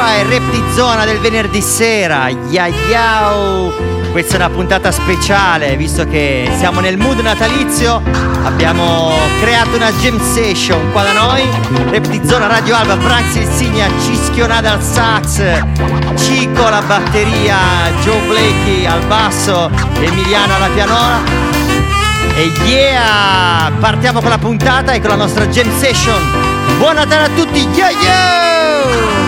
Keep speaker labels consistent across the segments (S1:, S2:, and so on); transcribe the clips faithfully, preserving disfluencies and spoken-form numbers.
S1: qua è Rap di Zona del venerdì sera. Yayao. Questa è una puntata speciale, visto che siamo nel mood natalizio. Abbiamo creato una jam session qua da noi. Rap di Zona, Radio Alba, Branx il Signa, Cischionada al sax, Cico alla batteria, Joe Blakey al basso, Emiliano alla pianola. E yeah! Partiamo con la puntata e con la nostra jam session. Buon Natale a tutti, yo yo!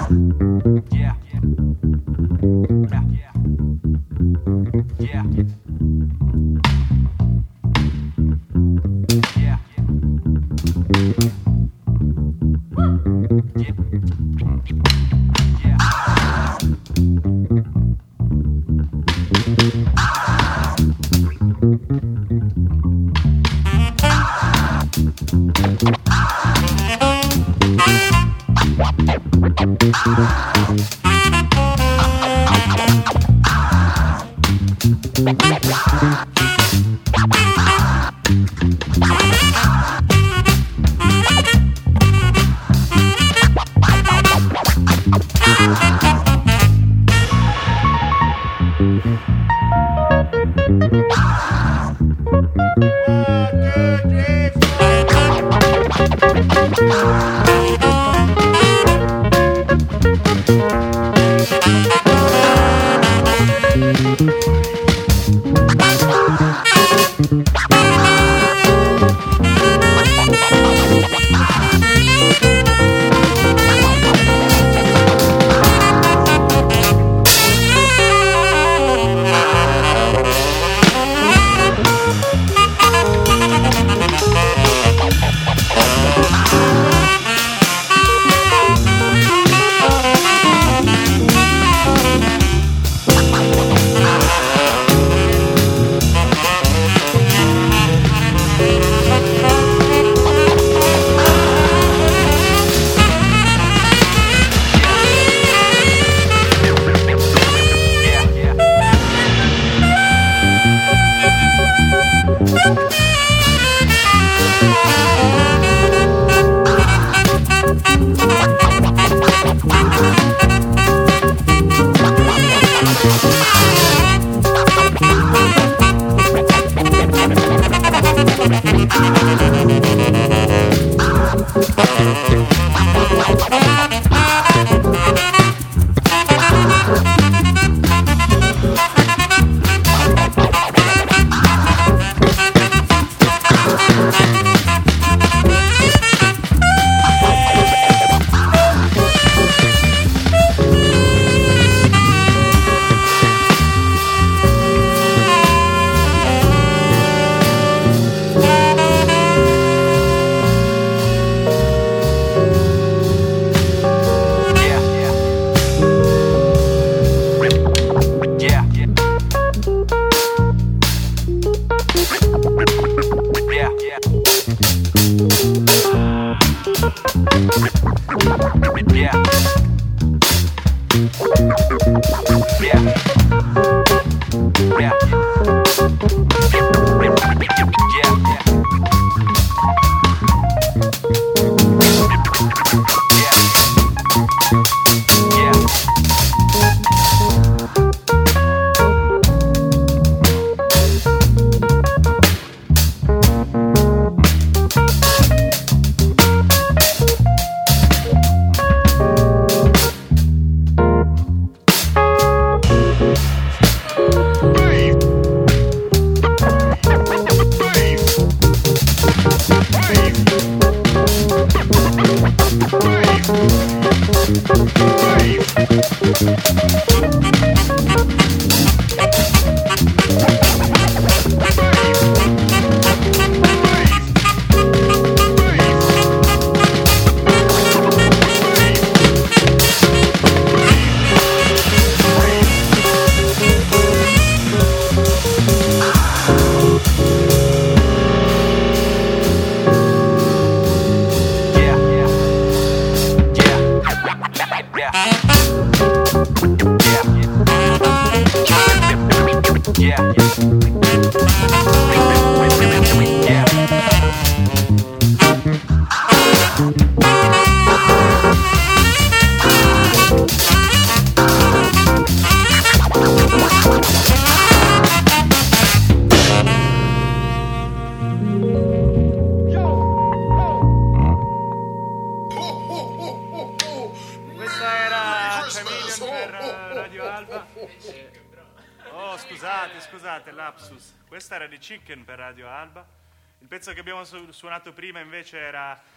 S2: Chicken per Radio Alba. Il pezzo che abbiamo su- suonato prima invece era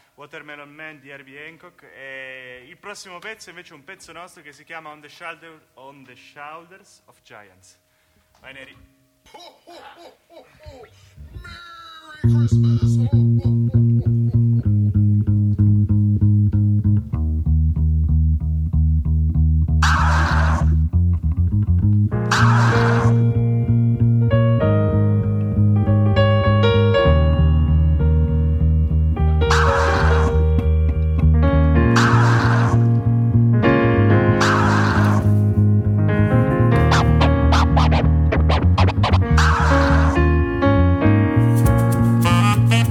S2: Watermelon Man di Herbie Hancock, e il prossimo pezzo è invece un pezzo nostro che si chiama On the, Shoulder, On the Shoulders of Giants. Vai Neri.
S3: Ho, ho, ho, ho, ho. Merry Christmas! Ho, ho, ho.
S4: Thank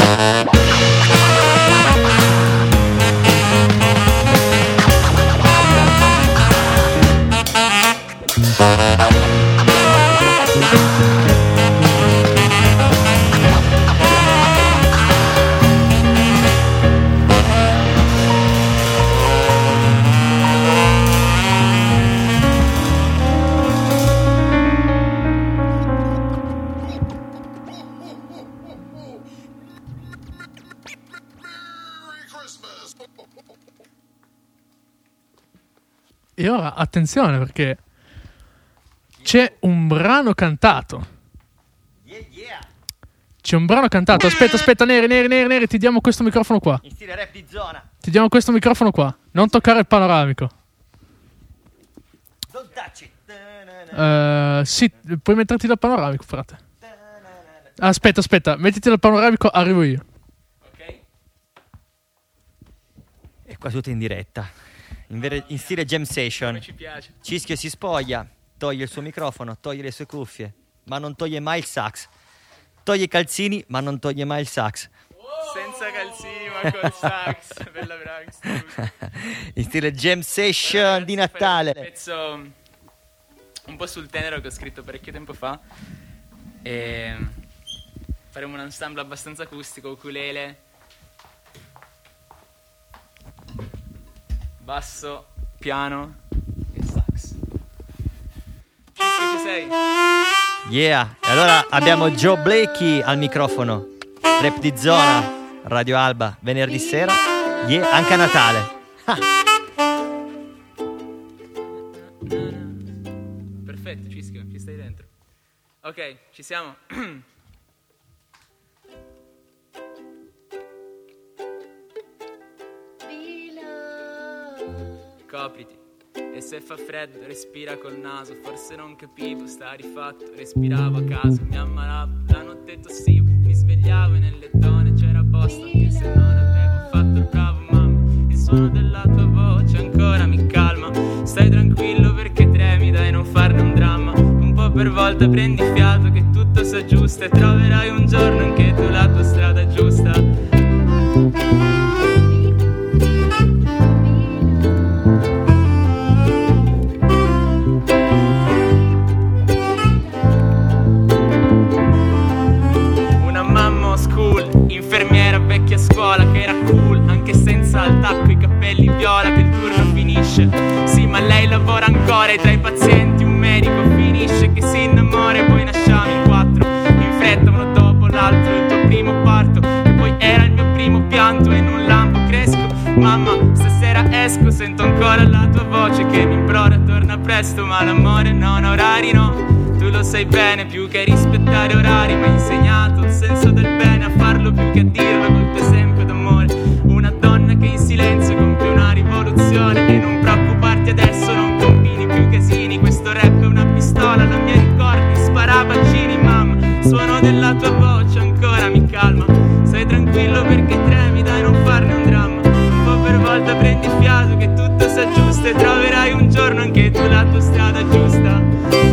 S4: E ora attenzione, perché c'è un brano cantato.
S1: Yeah, yeah.
S4: C'è un brano cantato. Aspetta, aspetta, Neri, Neri, Neri, Neri, ti diamo questo microfono qua.
S1: In stile rap di zona.
S4: Ti diamo questo microfono qua. Non toccare il panoramico.
S1: Don't touch it.
S4: Uh, sì, puoi metterti dal panoramico, frate. Aspetta, aspetta, mettiti dal panoramico, arrivo io.
S1: Ok. E qua tutto in diretta. In, vere- in stile jam session.
S5: Come ci piace.
S1: Cischio si spoglia, toglie il suo microfono, toglie le sue cuffie, ma non toglie mai il sax. Toglie i calzini, ma non toglie mai il sax.
S5: Senza calzini ma col sax. Bella brava.
S1: In stile jam session di Natale.
S5: Un pezzo un po' sul tenero che ho scritto parecchio tempo fa. E faremo un ensemble abbastanza acustico, ukulele, basso, piano e sax. Cischio, ci sei?
S1: Yeah, e allora abbiamo Joe Blakey al microfono. Rap di zona, Radio Alba, venerdì sera. Yeah, anche a Natale. Ah.
S5: Perfetto, Cischio, ci stai dentro. Ok, ci siamo. Copriti. E se fa freddo respira col naso. Forse non capivo, sta rifatto. Respiravo a caso, mi ammalavo. La notte tossivo, mi svegliavo e nelle tone c'era posto. Anche se non avevo fatto il bravo, mamma. Il suono della tua voce ancora mi calma. Stai tranquillo perché tremi, dai, non farne un dramma. Un po' per volta prendi fiato che tutto s'aggiusta. E troverai un giorno anche tu la tua strada giusta. Infermiera vecchia scuola che era cool anche senza il tacco, i capelli viola che il turno finisce. Sì, ma lei lavora ancora e tra i pazienti un medico finisce che si innamora e poi nasciamo in quattro in fretta uno dopo l'altro. Il tuo primo parto e poi era il mio primo pianto e in un lampo cresco. Mamma, stasera esco, sento ancora la tua voce che mi implora torna presto, ma l'amore non ha orari, no. Tu lo sai bene, più che rispettare orari mi hai insegnato il senso del bene, a farlo più che a dirlo col tuo esempio d'amore. Una donna che in silenzio compie una rivoluzione e non preoccuparti adesso, non combini più casini. Questo rap è una pistola, la mia ricordi, spara bacini. Mamma, suono della tua voce ancora mi calma. Stai tranquillo perché tremi, dai, non farne un dramma. Un po' per volta prendi fiato che tutto s'aggiusta e troverai un giorno anche tu la tua strada giusta.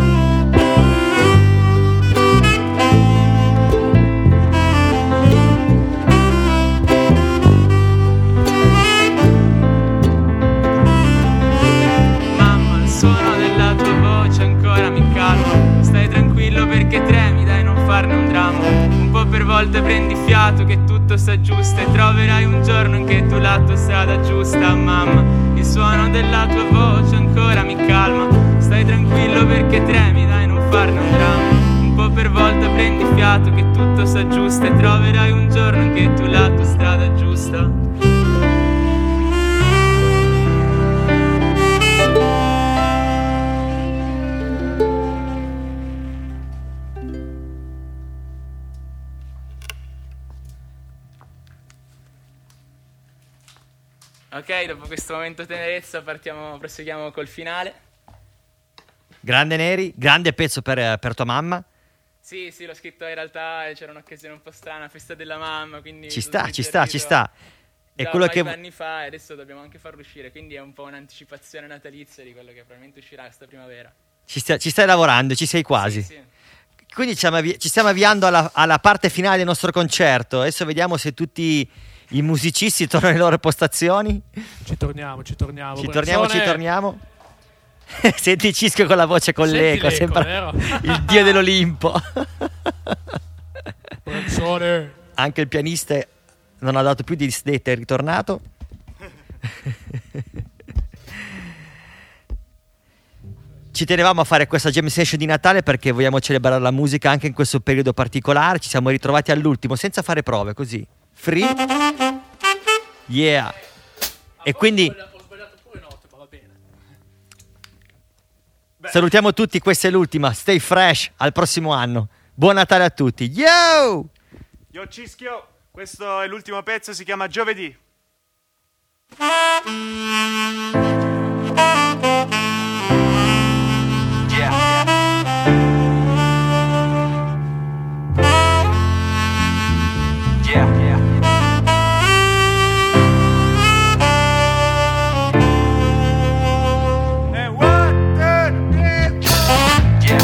S5: Perché tremi, dai, non farne un dramma. Un po' per volta prendi fiato che tutto s'aggiusta e troverai un giorno anche tu la tua strada giusta. Mamma, il suono della tua voce ancora mi calma. Stai tranquillo perché tremi, dai, non farne un dramma. Un po' per volta prendi fiato che tutto s'aggiusta e troverai un giorno anche tu la tua strada giusta. Ok, dopo questo momento tenerezza partiamo, proseguiamo col finale.
S1: Grande Neri, grande pezzo per, per tua mamma.
S5: Sì, sì, l'ho scritto in realtà, c'era un'occasione un po' strana, festa della mamma, quindi...
S1: Ci sta, ci sta, ci sta.
S5: E
S1: È quello che...
S5: anni fa e adesso dobbiamo anche farlo uscire, quindi è un po' un'anticipazione natalizia di quello che probabilmente uscirà questa primavera.
S1: Ci, sta, ci stai lavorando, ci sei quasi.
S5: Sì, sì.
S1: Quindi ci stiamo avvi- ci stiamo avviando alla, alla parte finale del nostro concerto. Adesso vediamo se tutti i musicisti tornano alle loro postazioni.
S4: Ci torniamo, ci torniamo.
S1: Ci
S4: Brenzone.
S1: torniamo, ci torniamo. Senti Cischio con la voce con
S4: Senti
S1: l'eco,
S4: l'eco,
S1: sembra
S4: vero?
S1: il dio dell'Olimpo.
S4: Brenzone.
S1: Anche il pianista non ha dato più di disdetta, è ritornato. Ci tenevamo a fare questa jam session di Natale perché vogliamo celebrare la musica anche in questo periodo particolare. Ci siamo ritrovati all'ultimo senza fare prove, così free. Yeah. E quindi
S4: Ho sbagliato pure note, ma va bene.
S1: salutiamo tutti, questa è l'ultima. Stay fresh, al prossimo anno. Buon Natale a tutti. Yo!
S2: Yo Cischio, questo è l'ultimo pezzo, si chiama Giovedì. And one, two, three,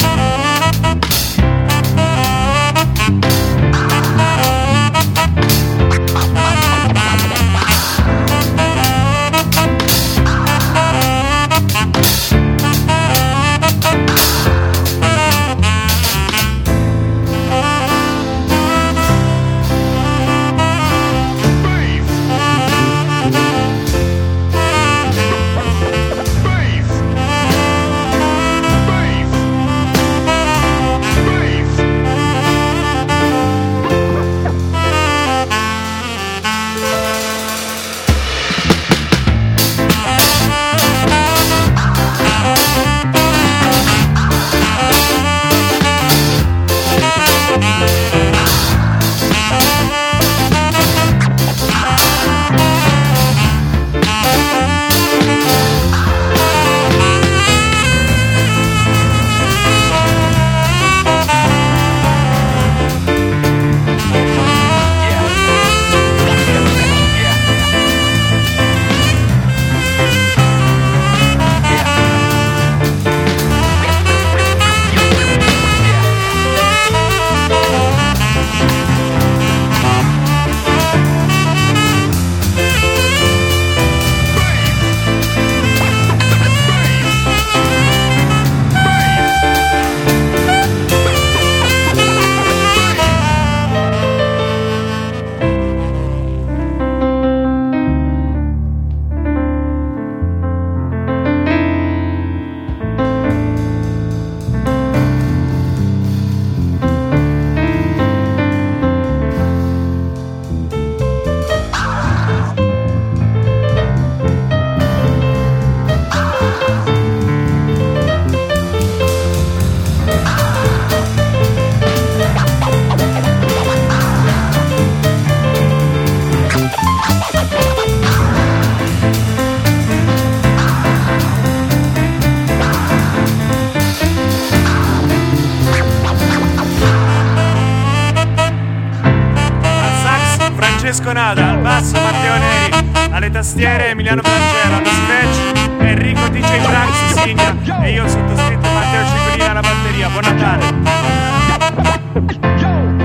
S2: Francesconada, al basso Matteo Neri, alle tastiere Emiliano Frangero, allo scratch Enrico D J Brax Signa e io sottoscritto Matteo Ciccolina alla batteria. Buon Natale!